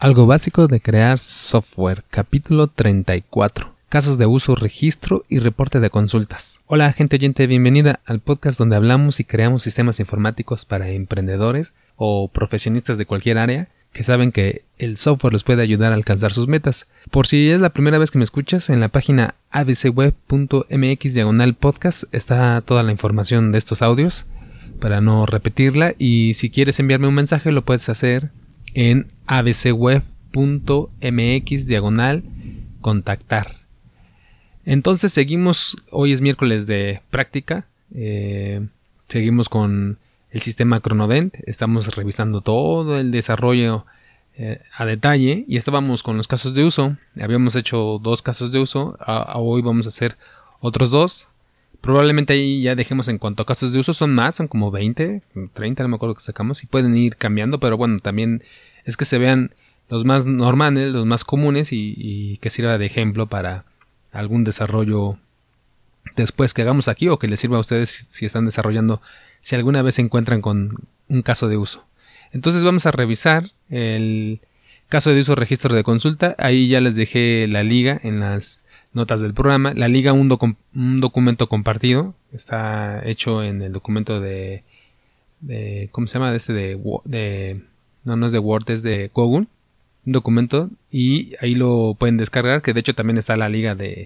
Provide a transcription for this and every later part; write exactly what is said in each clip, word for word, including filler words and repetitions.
Algo básico de crear software, capítulo treinta y cuatro. Casos de uso, registro y reporte de consultas. Hola gente oyente, bienvenida al podcast donde hablamos y creamos sistemas informáticos para emprendedores o profesionistas de cualquier área que saben que el software les puede ayudar a alcanzar sus metas. Por si es la primera vez que me escuchas, en la página a b c web punto m x diagonal podcast está toda la información de estos audios para no repetirla, y si quieres enviarme un mensaje lo puedes hacer en a b c web punto m x diagonal contactar. Entonces seguimos, hoy es miércoles de práctica, eh, seguimos con el sistema Cronodent, estamos revisando todo el desarrollo eh, a detalle y estábamos con los casos de uso. Habíamos hecho dos casos de uso, a, a hoy vamos a hacer otros dos. Probablemente ahí ya dejemos en cuanto a casos de uso, son más, son como veinte, treinta, no me acuerdo que sacamos, y pueden ir cambiando, pero bueno, también es que se vean los más normales, los más comunes y, y que sirva de ejemplo para algún desarrollo después que hagamos aquí, o que les sirva a ustedes si, si están desarrollando, si alguna vez se encuentran con un caso de uso. Entonces vamos a revisar el caso de uso registro de consulta. Ahí ya les dejé la liga en las notas del programa. La liga, un, docu- un documento compartido, está hecho en el documento de, de ¿cómo se llama? Este de, de no, no es de Word, es de Google, un documento, y ahí lo pueden descargar, que de hecho también está la liga de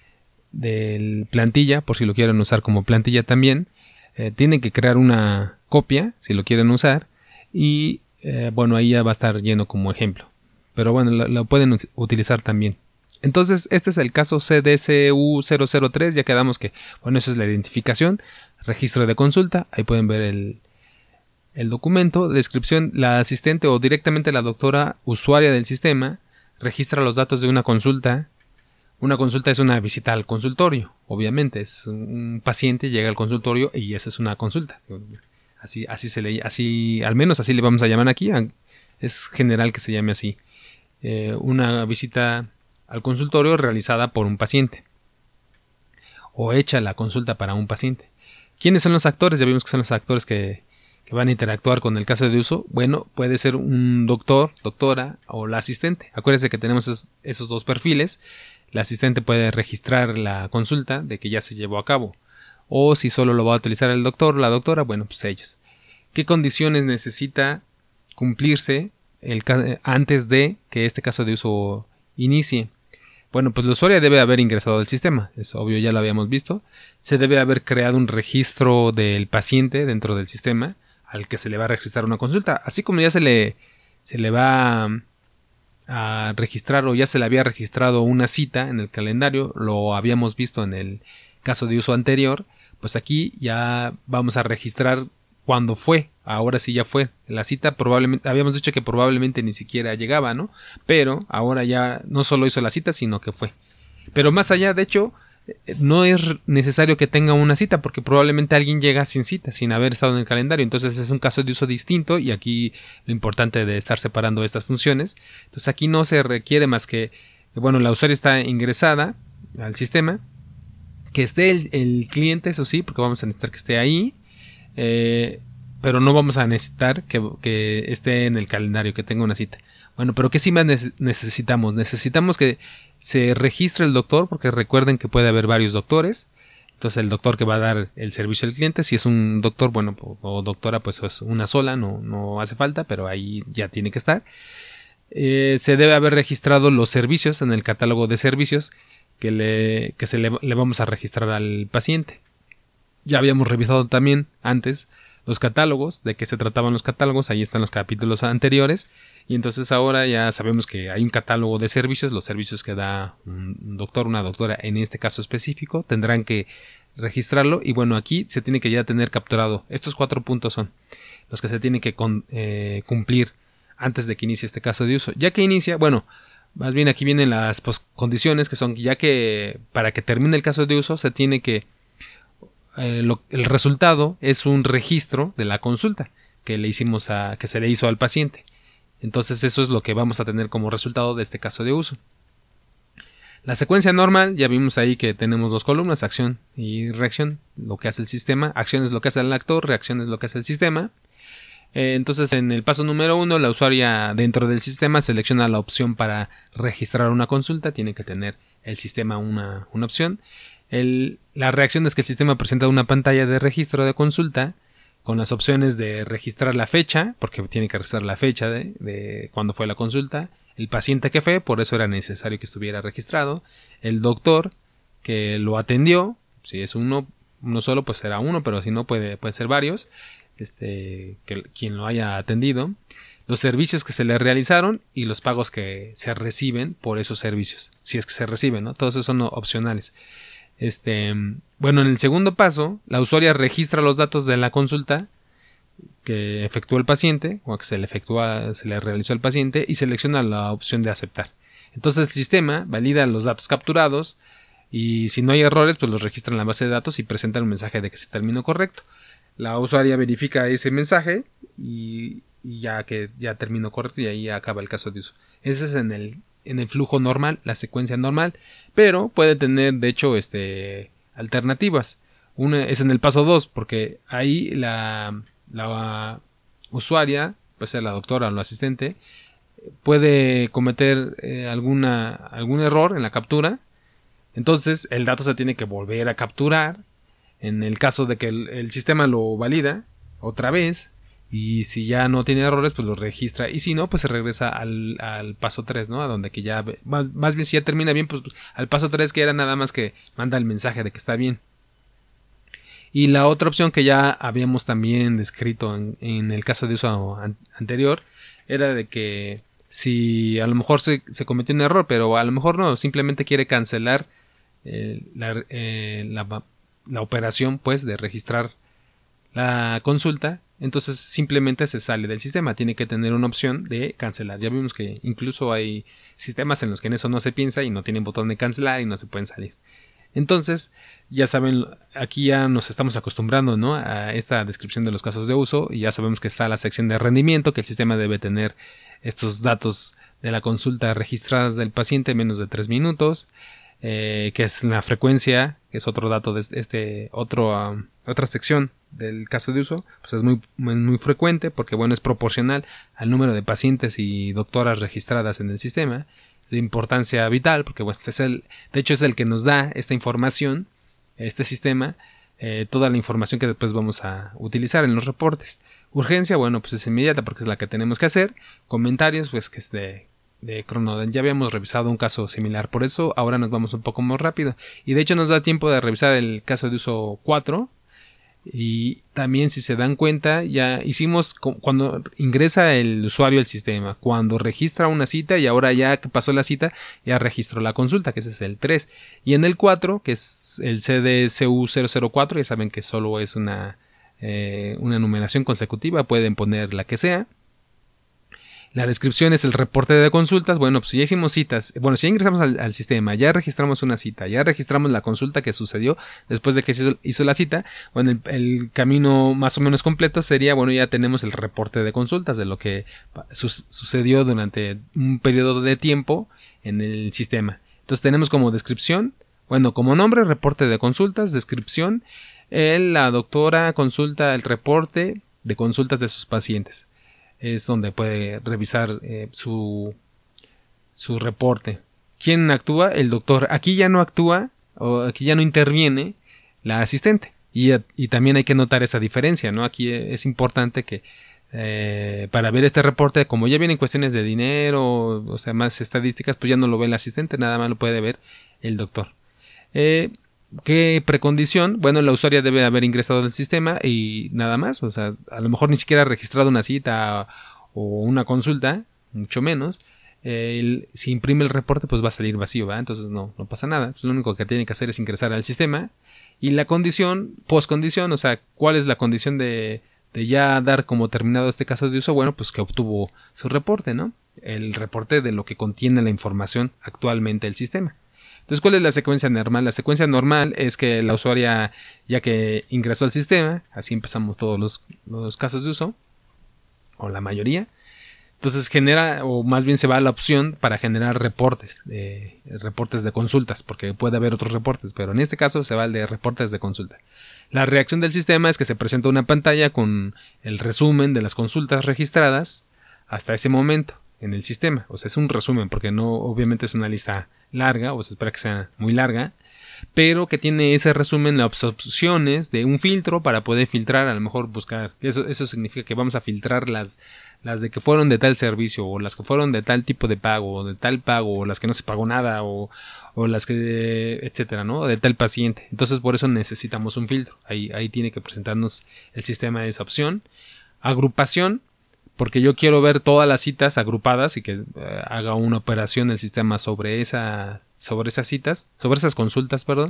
del plantilla, por si lo quieren usar como plantilla también. Eh, tienen que crear una copia si lo quieren usar, y eh, bueno, ahí ya va a estar lleno como ejemplo, pero bueno, lo, lo pueden utilizar también. Entonces este es el caso C D C U cero cero tres, ya quedamos que, bueno, eso es la identificación, registro de consulta, ahí pueden ver el, el documento, descripción. La asistente o directamente la doctora usuaria del sistema registra los datos de una consulta. Una consulta es una visita al consultorio, obviamente, es un paciente llega al consultorio y esa es una consulta. Así, así se le, así, al menos así le vamos a llamar aquí, es general que se llame así. Eh, una visita al consultorio realizada por un paciente, o hecha la consulta para un paciente. ¿Quiénes son los actores? Ya vimos que son los actores que, que van a interactuar con el caso de uso. Bueno, puede ser un doctor, doctora o la asistente. Acuérdense que tenemos esos, esos dos perfiles. La asistente puede registrar la consulta de que ya se llevó a cabo, o si solo lo va a utilizar el doctor o la doctora, bueno, pues ellos. ¿Qué condiciones necesita cumplirse el, antes de que este caso de uso inicie? Bueno, pues la usuaria debe haber ingresado al sistema, es obvio, ya lo habíamos visto. Se debe haber creado un registro del paciente dentro del sistema al que se le va a registrar una consulta, así como ya se le, se le va a, a registrar, o ya se le había registrado una cita en el calendario, lo habíamos visto en el caso de uso anterior. Pues aquí ya vamos a registrar cuándo fue, ahora sí ya fue la cita. Probablemente, habíamos dicho que probablemente ni siquiera llegaba, ¿no? Pero ahora ya no solo hizo la cita, sino que fue. Pero más allá, de hecho, no es necesario que tenga una cita, porque probablemente alguien llega sin cita, sin haber estado en el calendario. Entonces es un caso de uso distinto, y aquí lo importante de estar separando estas funciones. Entonces aquí no se requiere más que, bueno, la usuaria está ingresada al sistema, que esté el, el cliente, eso sí, porque vamos a necesitar que esté ahí, eh, pero no vamos a necesitar que, que esté en el calendario, que tenga una cita. Bueno, pero ¿qué sí más necesitamos? Necesitamos que se registre el doctor, porque recuerden que puede haber varios doctores. Entonces el doctor que va a dar el servicio al cliente, si es un doctor, bueno, o doctora, pues es una sola, no, no hace falta, pero ahí ya tiene que estar. Eh, se debe haber registrado los servicios en el catálogo de servicios que, le, que se le, le vamos a registrar al paciente. Ya habíamos revisado también antes los catálogos, de qué se trataban los catálogos, ahí están los capítulos anteriores, y entonces ahora ya sabemos que hay un catálogo de servicios, los servicios que da un doctor, una doctora, en este caso específico, tendrán que registrarlo, y bueno, aquí se tiene que ya tener capturado. Estos cuatro puntos son los que se tienen que con, eh, cumplir antes de que inicie este caso de uso. Ya que inicia, bueno, más bien aquí vienen las condiciones, que son ya que para que termine el caso de uso se tiene que Eh, lo, el resultado es un registro de la consulta que le hicimos a, que se le hizo al paciente. Entonces eso es lo que vamos a tener como resultado de este caso de uso. La secuencia normal, ya vimos ahí que tenemos dos columnas, acción y reacción, lo que hace el sistema. Acción es lo que hace el actor, reacción es lo que hace el sistema. Eh, entonces en el paso número uno, la usuaria dentro del sistema selecciona la opción para registrar una consulta. Tiene que tener el sistema una, una opción. El, la reacción es que el sistema presenta una pantalla de registro de consulta con las opciones de registrar la fecha, porque tiene que registrar la fecha de, de cuando fue la consulta, el paciente que fue, por eso era necesario que estuviera registrado, el doctor que lo atendió, si es uno, uno solo pues será uno, pero si no puede, puede ser varios, este, que, quien lo haya atendido, los servicios que se le realizaron y los pagos que se reciben por esos servicios, si es que se reciben, ¿no? Todos esos son opcionales. Este, bueno, en el segundo paso, la usuaria registra los datos de la consulta que efectuó el paciente o que se le efectúa, se le realizó al paciente y selecciona la opción de aceptar. Entonces el sistema valida los datos capturados y si no hay errores, pues los registra en la base de datos y presenta un mensaje de que se terminó correcto. La usuaria verifica ese mensaje y, y ya que ya terminó correcto y ahí acaba el caso de uso. Ese es en el en el flujo normal, la secuencia normal, pero puede tener de hecho este alternativas. Una es en el paso dos, porque ahí la, la usuaria, puede ser la doctora o la asistente, puede cometer eh, alguna algún error en la captura. Entonces el dato se tiene que volver a capturar en el caso de que el, el sistema lo valida otra vez. Y si ya no tiene errores, pues lo registra. Y si no, pues se regresa al, al paso tres, ¿no? A donde que ya... Más, más bien si ya termina bien, pues al paso tres, que era nada más que manda el mensaje de que está bien. Y la otra opción que ya habíamos también descrito en, en el caso de uso an- anterior, era de que si a lo mejor se, se cometió un error, pero a lo mejor no, simplemente quiere cancelar eh, la, eh, la, la operación, pues, de registrar la consulta. Entonces simplemente se sale del sistema, tiene que tener una opción de cancelar. Ya vimos que incluso hay sistemas en los que en eso no se piensa y no tienen botón de cancelar y no se pueden salir. Entonces, ya saben, aquí ya nos estamos acostumbrando, ¿no?, a esta descripción de los casos de uso y ya sabemos que está la sección de rendimiento, que el sistema debe tener estos datos de la consulta registradas del paciente en menos de tres minutos. Eh, que es la frecuencia, que es otro dato de este otro um, otra sección del caso de uso, pues es muy, muy muy frecuente porque bueno, es proporcional al número de pacientes y doctoras registradas en el sistema, de importancia vital porque bueno, este es el, de hecho es el que nos da esta información, este sistema, eh, toda la información que después vamos a utilizar en los reportes. Urgencia, bueno, pues es inmediata porque es la que tenemos que hacer. Comentarios, pues que es de de Cronoden. Ya habíamos revisado un caso similar, por eso ahora nos vamos un poco más rápido. Y de hecho nos da tiempo de revisar el caso de uso cuatro. Y también, si se dan cuenta, ya hicimos cuando ingresa el usuario al sistema, cuando registra una cita y ahora ya que pasó la cita, ya registró la consulta, que ese es el tres. Y en el cuatro, que es el C D C U cero cero cuatro, ya saben que solo es una, eh, una numeración consecutiva, pueden poner la que sea. La descripción es el reporte de consultas. Bueno, pues si ya hicimos citas, bueno, si ya ingresamos al, al sistema, ya registramos una cita, ya registramos la consulta que sucedió después de que se hizo, hizo la cita, bueno, el, el camino más o menos completo sería, bueno, ya tenemos el reporte de consultas de lo que su, sucedió durante un periodo de tiempo en el sistema. Entonces tenemos como descripción, bueno, como nombre, reporte de consultas, descripción, el, la doctora consulta el reporte de consultas de sus pacientes. Es donde puede revisar eh, su, su reporte. ¿Quién actúa? El doctor. Aquí ya no actúa, o aquí ya no interviene la asistente. Y, y también hay que notar esa diferencia, ¿no? Aquí es importante que eh, para ver este reporte, como ya vienen cuestiones de dinero, o sea, más estadísticas, pues ya no lo ve el asistente, nada más lo puede ver el doctor. Eh, ¿Qué precondición? Bueno, la usuaria debe haber ingresado al sistema y nada más, o sea, a lo mejor ni siquiera ha registrado una cita o una consulta, mucho menos. Eh, el, si imprime el reporte, pues va a salir vacío, ¿verdad? Entonces no, no pasa nada. Pues lo único que tiene que hacer es ingresar al sistema. Y la condición, postcondición, o sea, ¿cuál es la condición de, de ya dar como terminado este caso de uso? Bueno, pues que obtuvo su reporte, ¿no? El reporte de lo que contiene la información actualmente el sistema. Entonces, ¿cuál es la secuencia normal? La secuencia normal es que la usuaria, ya que ingresó al sistema, así empezamos todos los, los casos de uso, o la mayoría. Entonces genera, o más bien se va a la opción para generar reportes, de, reportes de consultas, porque puede haber otros reportes, pero en este caso se va al de reportes de consulta. La reacción del sistema es que se presenta una pantalla con el resumen de las consultas registradas hasta ese momento en el sistema. O sea, es un resumen, porque no, obviamente es una lista larga, o se espera que sea muy larga, pero que tiene ese resumen, las opciones de un filtro para poder filtrar, a lo mejor buscar, eso, eso significa que vamos a filtrar las, las de que fueron de tal servicio, o las que fueron de tal tipo de pago, o de tal pago, o las que no se pagó nada, o, o las que, etcétera, ¿no? De tal paciente. Entonces por eso necesitamos un filtro, ahí, ahí tiene que presentarnos el sistema de esa opción. Agrupación, porque yo quiero ver todas las citas agrupadas y que eh, haga una operación el sistema sobre esa sobre esas citas, sobre esas consultas, perdón,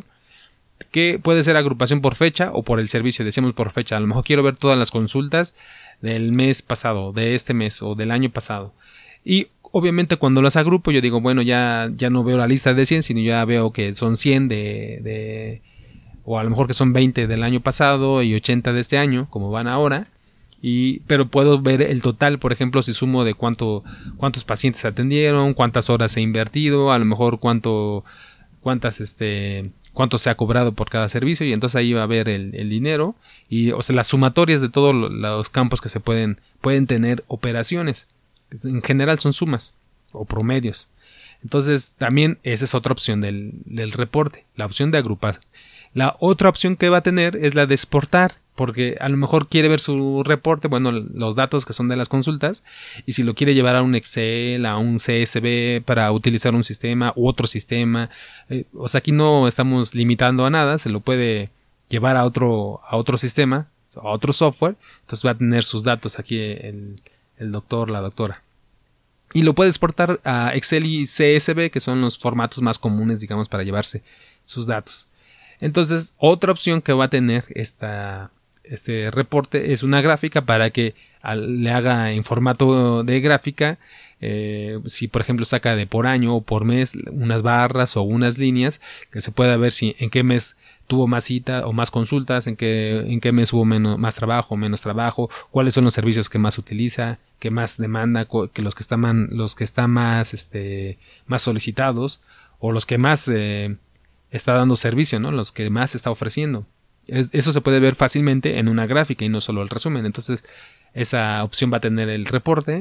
que puede ser agrupación por fecha o por el servicio, decíamos por fecha, a lo mejor quiero ver todas las consultas del mes pasado, de este mes o del año pasado, y obviamente cuando las agrupo yo digo, bueno, ya, ya no veo la lista de cien, sino ya veo que son cien de, de, o a lo mejor que son veinte del año pasado y ochenta de este año, como van ahora. Y, pero puedo ver el total, por ejemplo, si sumo de cuánto, cuántos pacientes atendieron, cuántas horas he invertido, a lo mejor cuánto, cuántas, este, cuánto se ha cobrado por cada servicio, y entonces ahí va a ver el, el dinero y, o sea, las sumatorias de todos los campos que se pueden, pueden tener operaciones. En general son sumas o promedios. Entonces también esa es otra opción del, del reporte, la opción de agrupar. La otra opción que va a tener es la de exportar, porque a lo mejor quiere ver su reporte, bueno, los datos que son de las consultas, y si lo quiere llevar a un Excel, a un C S V para utilizar un sistema u otro sistema, eh, o sea, aquí no estamos limitando a nada, se lo puede llevar a otro, a otro sistema, a otro software, entonces va a tener sus datos aquí el, el doctor, la doctora. Y lo puede exportar a Excel y C S V, que son los formatos más comunes, digamos, para llevarse sus datos. Entonces, otra opción que va a tener esta, este reporte es una gráfica para que al, le haga en formato de gráfica, eh, si por ejemplo saca de por año o por mes unas barras o unas líneas, que se pueda ver si en qué mes tuvo más citas o más consultas, en qué, en qué mes hubo menos, más trabajo o menos trabajo, cuáles son los servicios que más utiliza, que más demanda, que los que están más, los que están más, este, más solicitados, o los que más eh, está dando servicio, ¿no? Los que más está ofreciendo. Es, eso se puede ver fácilmente en una gráfica y no solo el resumen. Entonces, esa opción va a tener el reporte.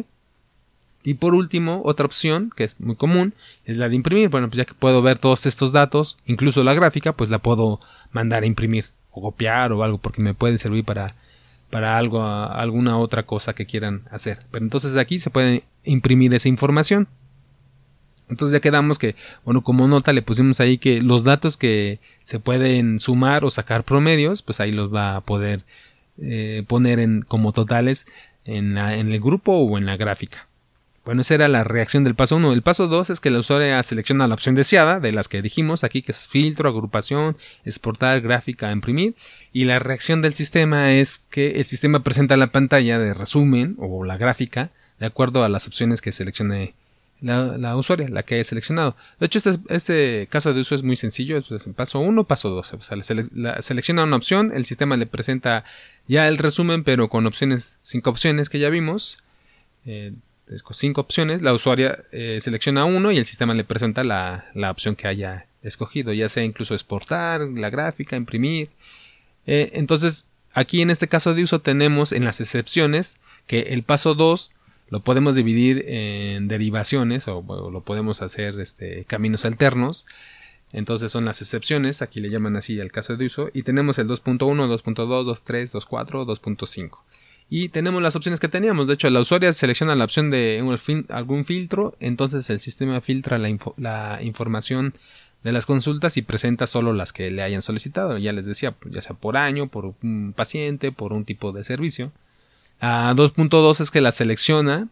Y por último, otra opción que es muy común es la de imprimir. Bueno, pues ya que puedo ver todos estos datos, incluso la gráfica, pues la puedo mandar a imprimir o copiar o algo, porque me puede servir para, para algo, alguna otra cosa que quieran hacer. Pero entonces de aquí se puede imprimir esa información. Entonces ya quedamos que, bueno, como nota le pusimos ahí que los datos que se pueden sumar o sacar promedios, pues ahí los va a poder eh, poner en, como totales en, la, en el grupo o en la gráfica. Bueno, esa era la reacción del paso uno. El paso dos es que la usuaria selecciona la opción deseada, de las que dijimos aquí, que es filtro, agrupación, exportar, gráfica, imprimir. Y la reacción del sistema es que el sistema presenta la pantalla de resumen o la gráfica de acuerdo a las opciones que seleccione La, la usuaria, la que he seleccionado. De hecho, este, este caso de uso es muy sencillo. Es paso uno, paso dos. O sea, sele la, selecciona una opción, el sistema le presenta ya el resumen, pero con opciones, cinco opciones que ya vimos. Eh, con cinco opciones, la usuaria eh, selecciona uno y el sistema le presenta la, la opción que haya escogido, ya sea incluso exportar, la gráfica, imprimir. Eh, entonces, aquí en este caso de uso tenemos en las excepciones que el paso dos lo podemos dividir en derivaciones o, o lo podemos hacer este, caminos alternos. Entonces son las excepciones, aquí le llaman así al caso de uso, y tenemos el dos punto uno, dos punto dos, dos punto tres, dos punto cuatro, dos punto cinco. Y tenemos las opciones que teníamos. De hecho, la usuaria selecciona la opción de un fin, algún filtro, entonces el sistema filtra la, info, la información de las consultas y presenta solo las que le hayan solicitado. Ya les decía, ya sea por año, por un paciente, por un tipo de servicio. A dos punto dos es que la selecciona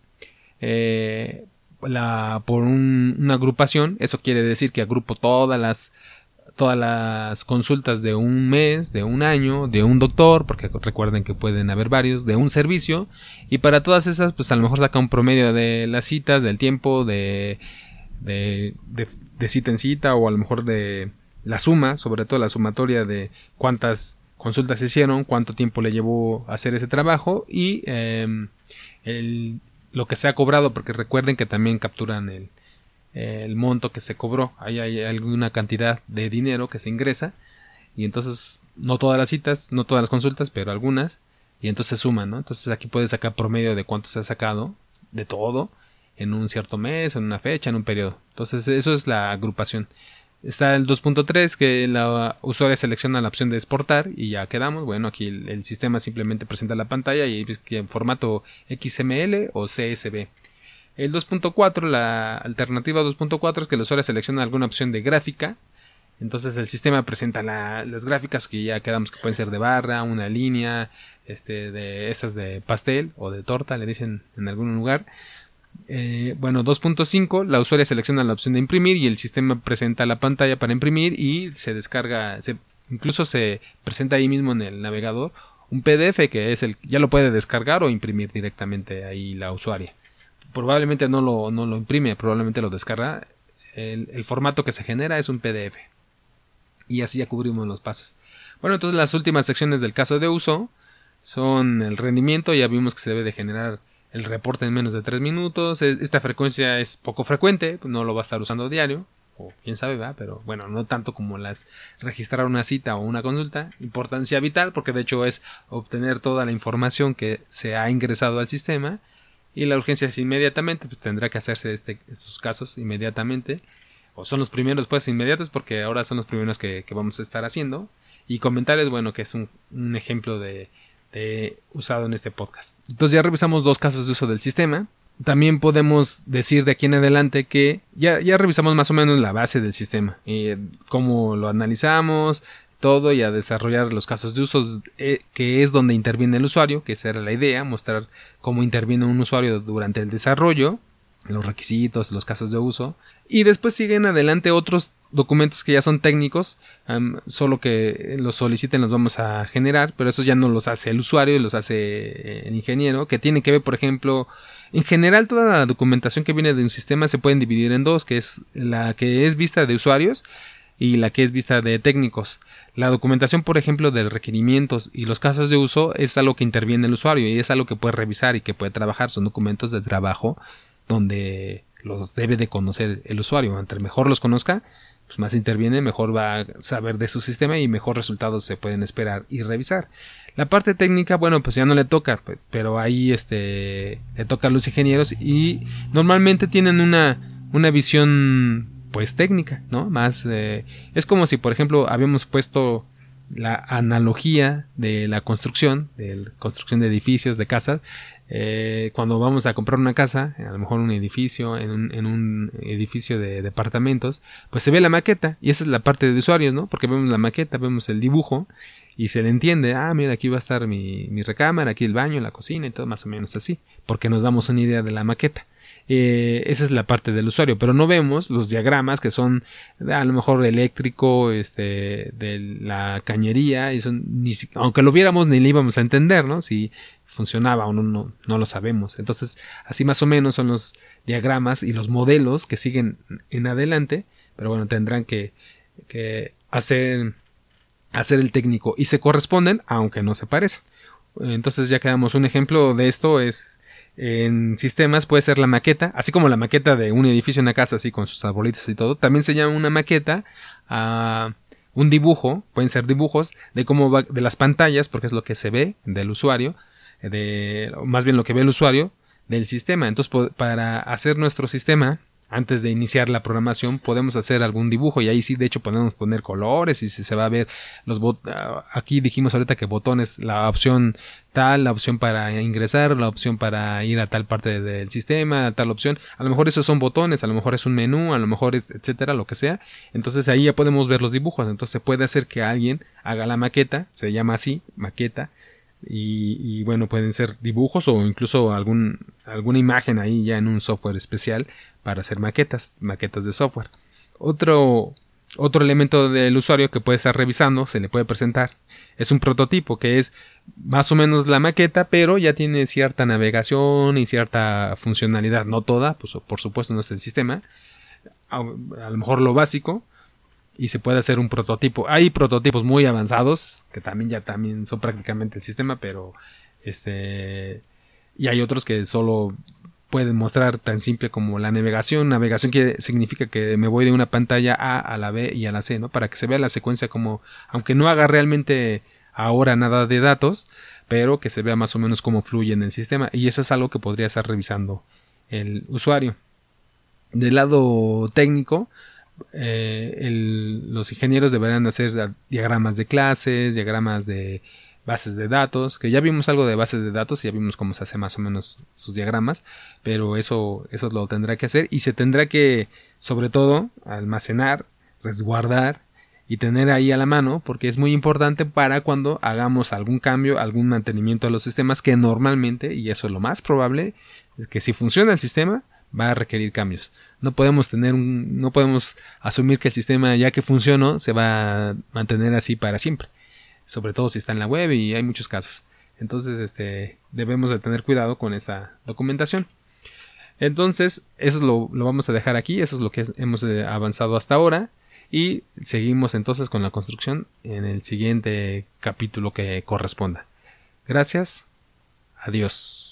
eh, la, por un, una agrupación. Eso quiere decir que agrupo todas las todas las consultas de un mes, de un año, de un doctor, porque recuerden que pueden haber varios, de un servicio, y para todas esas pues a lo mejor saca un promedio de las citas, del tiempo, de, de, de, de cita en cita, o a lo mejor de la suma, sobre todo la sumatoria de cuántas consultas se hicieron, cuánto tiempo le llevó a hacer ese trabajo, y eh, el, lo que se ha cobrado, porque recuerden que también capturan el, el monto que se cobró. Ahí hay alguna cantidad de dinero que se ingresa y entonces no todas las citas, no todas las consultas, pero algunas, y entonces se suman, ¿no? Entonces aquí puedes sacar promedio de cuánto se ha sacado de todo en un cierto mes, en una fecha, en un periodo. Entonces eso es la agrupación. Está el dos punto tres, que la usuaria selecciona la opción de exportar y ya quedamos. Bueno, aquí el, el sistema simplemente presenta la pantalla y en formato X M L o C S V. El dos punto cuatro, la alternativa dos punto cuatro es que el usuario selecciona alguna opción de gráfica. Entonces el sistema presenta la, las gráficas que ya quedamos que pueden ser de barra, una línea, este, de esas de pastel o de torta, le dicen en algún lugar. Eh, bueno, dos punto cinco, la usuaria selecciona la opción de imprimir y el sistema presenta la pantalla para imprimir y se descarga, se, incluso se presenta ahí mismo en el navegador un P D F que es el, ya lo puede descargar o imprimir directamente ahí la usuaria. Probablemente no lo, no lo imprime, probablemente lo descarga. El, el formato que se genera es un P D F. Y así ya cubrimos los pasos. Bueno, entonces las últimas secciones del caso de uso son el rendimiento. Ya vimos que se debe de generar el reporte en menos de tres minutos. Esta frecuencia es poco frecuente, no lo va a estar usando diario, o quién sabe, ¿verdad? Pero bueno, no tanto como las registrar una cita o una consulta. Importancia vital, porque de hecho es obtener toda la información que se ha ingresado al sistema. Y la urgencia es inmediatamente, pues tendrá que hacerse este, estos casos inmediatamente. O son los primeros pues inmediatos, porque ahora son los primeros que, que vamos a estar haciendo. Y comentarles, bueno, que es un, un ejemplo de De, usado en este podcast. Entonces ya revisamos dos casos de uso del sistema. También podemos decir de aquí en adelante que ya, ya revisamos más o menos la base del sistema, eh, cómo lo analizamos, todo, y a desarrollar los casos de uso, eh, que es donde interviene el usuario, que esa era la idea, mostrar cómo interviene un usuario durante el desarrollo, los requisitos, los casos de uso, y después siguen adelante otros documentos que ya son técnicos, um, solo que los soliciten los vamos a generar, pero eso ya no los hace el usuario, los hace el ingeniero, que tiene que ver, por ejemplo, en general toda la documentación que viene de un sistema se pueden dividir en dos, que es la que es vista de usuarios y la que es vista de técnicos. La documentación, por ejemplo, de requerimientos y los casos de uso es algo que interviene el usuario y es algo que puede revisar y que puede trabajar, son documentos de trabajo donde los debe de conocer el usuario. Entre mejor los conozca, pues más interviene, mejor va a saber de su sistema y mejor resultados se pueden esperar y revisar. La parte técnica, bueno, pues ya no le toca, pero ahí este le toca a los ingenieros y normalmente tienen una, una visión pues técnica, ¿no? Más eh, es como si, por ejemplo, habíamos puesto la analogía de la construcción, de la construcción de edificios, de casas. Eh, cuando vamos a comprar una casa, a lo mejor un edificio, en un, en un edificio de departamentos, pues se ve la maqueta y esa es la parte de usuarios, ¿no? Porque vemos la maqueta, vemos el dibujo y se le entiende, ah, mira, aquí va a estar mi, mi recámara, aquí el baño, la cocina y todo más o menos así, porque nos damos una idea de la maqueta. Eh, esa es la parte del usuario, pero no vemos los diagramas que son a lo mejor eléctrico, este, de la cañería, y son, ni, aunque lo viéramos ni le íbamos a entender, ¿no? Si funcionaba o no, no, no lo sabemos. Entonces, así más o menos son los diagramas y los modelos que siguen en adelante, pero bueno, tendrán que, que hacer, hacer el técnico y se corresponden, aunque no se parecen. Entonces ya quedamos, un ejemplo de esto es en sistemas puede ser la maqueta, así como la maqueta de un edificio en una casa, así con sus arbolitos y todo, también se llama una maqueta a un dibujo, pueden ser dibujos de cómo va, de las pantallas, porque es lo que se ve del usuario, de más bien lo que ve el usuario del sistema. Entonces, para hacer nuestro sistema, antes de iniciar la programación, podemos hacer algún dibujo y ahí sí, de hecho, podemos poner colores y se va a ver los botones. Aquí dijimos ahorita que botones, la opción tal, la opción para ingresar, la opción para ir a tal parte del sistema, tal opción. A lo mejor esos son botones, a lo mejor es un menú, a lo mejor es etcétera, lo que sea. Entonces ahí ya podemos ver los dibujos. Entonces se puede hacer que alguien haga la maqueta, se llama así, maqueta. Y, y bueno, pueden ser dibujos o incluso algún, alguna imagen ahí ya en un software especial para hacer maquetas, maquetas de software. Otro, otro elemento del usuario que puede estar revisando, se le puede presentar, es un prototipo que es más o menos la maqueta, pero ya tiene cierta navegación y cierta funcionalidad, no toda, pues por supuesto no es el sistema, a, a lo mejor lo básico. Y se puede hacer un prototipo. Hay prototipos muy avanzados que también ya también son prácticamente el sistema, pero este y hay otros que solo pueden mostrar tan simple como la navegación. Navegación que significa que me voy de una pantalla A a la B y a la C, ¿no? Para que se vea la secuencia como, aunque no haga realmente ahora nada de datos, pero que se vea más o menos cómo fluye en el sistema. Y eso es algo que podría estar revisando el usuario. Del lado técnico, eh, el, los ingenieros deberán hacer diagramas de clases, diagramas de bases de datos, que ya vimos algo de bases de datos y ya vimos cómo se hace más o menos sus diagramas, pero eso, eso lo tendrá que hacer y se tendrá que, sobre todo, almacenar, resguardar y tener ahí a la mano, porque es muy importante para cuando hagamos algún cambio, algún mantenimiento a los sistemas, que normalmente, y eso es lo más probable, es que si funciona el sistema, va a requerir cambios. No podemos tener un, no podemos asumir que el sistema, ya que funcionó, se va a mantener así para siempre. Sobre todo si está en la web y hay muchos casos. Entonces, este, debemos de tener cuidado con esa documentación. Entonces, eso es lo, lo vamos a dejar aquí. Eso es lo que es, hemos eh, avanzado hasta ahora. Y seguimos entonces con la construcción en el siguiente capítulo que corresponda. Gracias. Adiós.